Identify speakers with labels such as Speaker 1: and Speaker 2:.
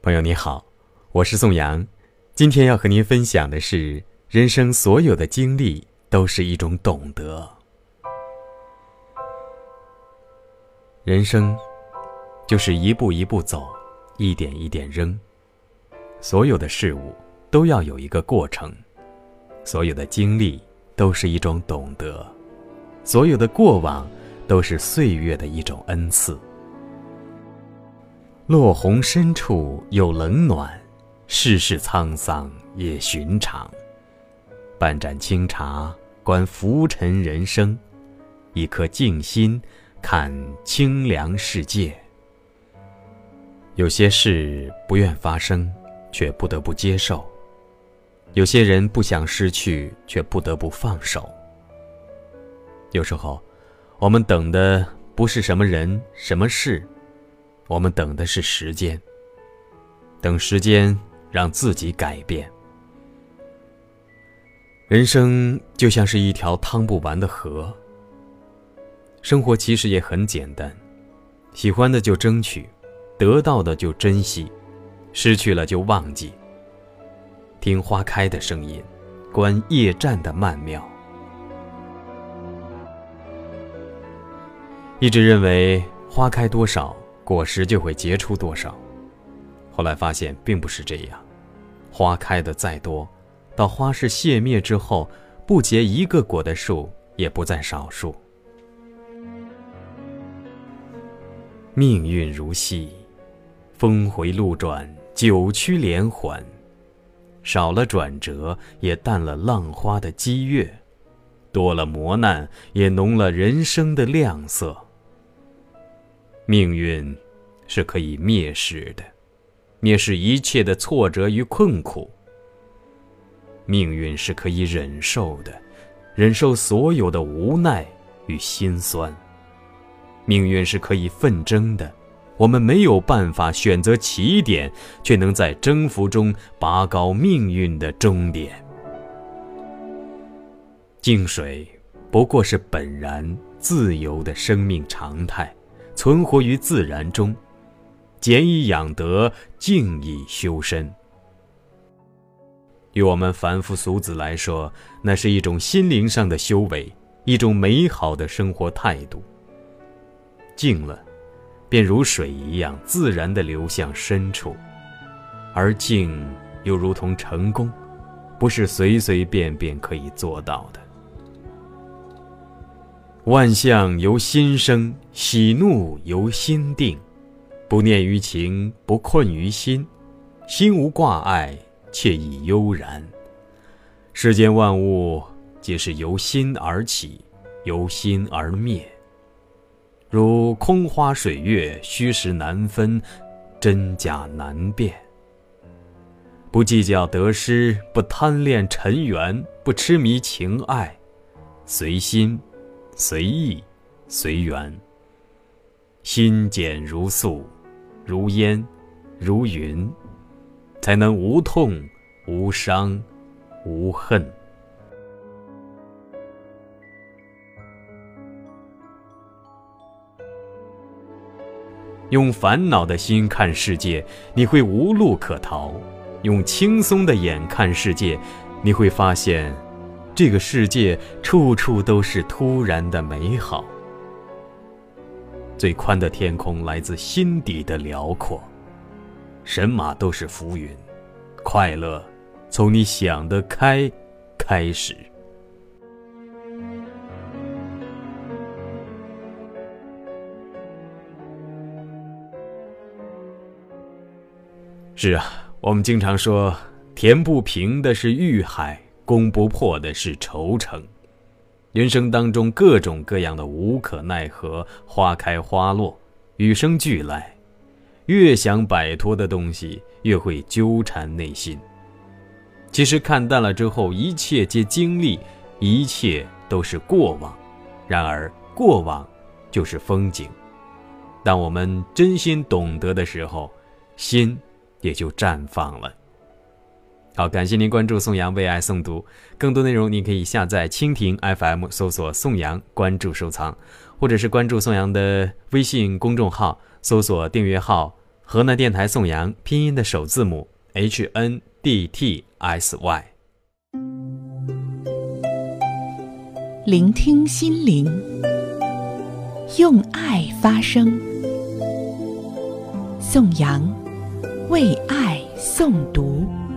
Speaker 1: 朋友你好，我是宋阳，今天要和您分享的是，人生所有的经历都是一种懂得。人生就是一步一步走，一点一点扔。所有的事物都要有一个过程，所有的经历都是一种懂得，所有的过往都是岁月的一种恩赐。落红深处有冷暖，世事沧桑也寻常。半盏清茶，观浮沉人生；一颗静心，看清凉世界。有些事不愿发生，却不得不接受；有些人不想失去，却不得不放手。有时候，我们等的不是什么人、什么事，我们等的是时间，等时间让自己改变。人生就像是一条趟不完的河，生活其实也很简单，喜欢的就争取，得到的就珍惜，失去了就忘记。听花开的声音，观夜战的曼妙。一直认为花开多少，果实就会结出多少，后来发现并不是这样，花开的再多，到花势谢灭之后，不结一个果的树也不在少数。命运如戏，峰回路转，九曲连环，少了转折，也淡了浪花的激越，多了磨难，也浓了人生的亮色。命运是可以蔑视的，蔑视一切的挫折与困苦。命运是可以忍受的，忍受所有的无奈与心酸。命运是可以奋争的，我们没有办法选择起点，却能在征服中拔高命运的终点。静水不过是本然自由的生命常态，存活于自然中，俭以养德，静以修身。于我们凡夫俗子来说，那是一种心灵上的修为，一种美好的生活态度。静了，便如水一样自然地流向深处，而静又如同成功，不是随随便便可以做到的。万象由心生，喜怒由心定，不念于情，不困于心，心无挂碍，且以悠然。世间万物皆是由心而起，由心而灭。如空花水月，虚实难分，真假难辨。不计较得失，不贪恋尘缘，不痴迷情爱，随心随意随缘，心简如素，如烟如云，才能无痛无伤无恨。用烦恼的心看世界，你会无路可逃；用轻松的眼看世界，你会发现这个世界处处都是突然的美好。最宽的天空来自心底的辽阔，神马都是浮云，快乐从你想得开开始。是啊，我们经常说，填不平的是欲海，攻不破的是愁城。人生当中各种各样的无可奈何，花开花落，与生俱来。越想摆脱的东西，越会纠缠内心。其实看淡了之后，一切皆经历，一切都是过往。然而，过往就是风景。当我们真心懂得的时候，心也就绽放了。好，感谢您关注宋阳为爱诵读，更多内容你可以下载蜻蜓 FM 搜索宋阳，关注收藏，或者是关注宋阳的微信公众号，搜索订阅号河南电台宋阳拼音的首字母 HNDTSY。
Speaker 2: 聆听心灵，用爱发声。宋阳为爱诵读。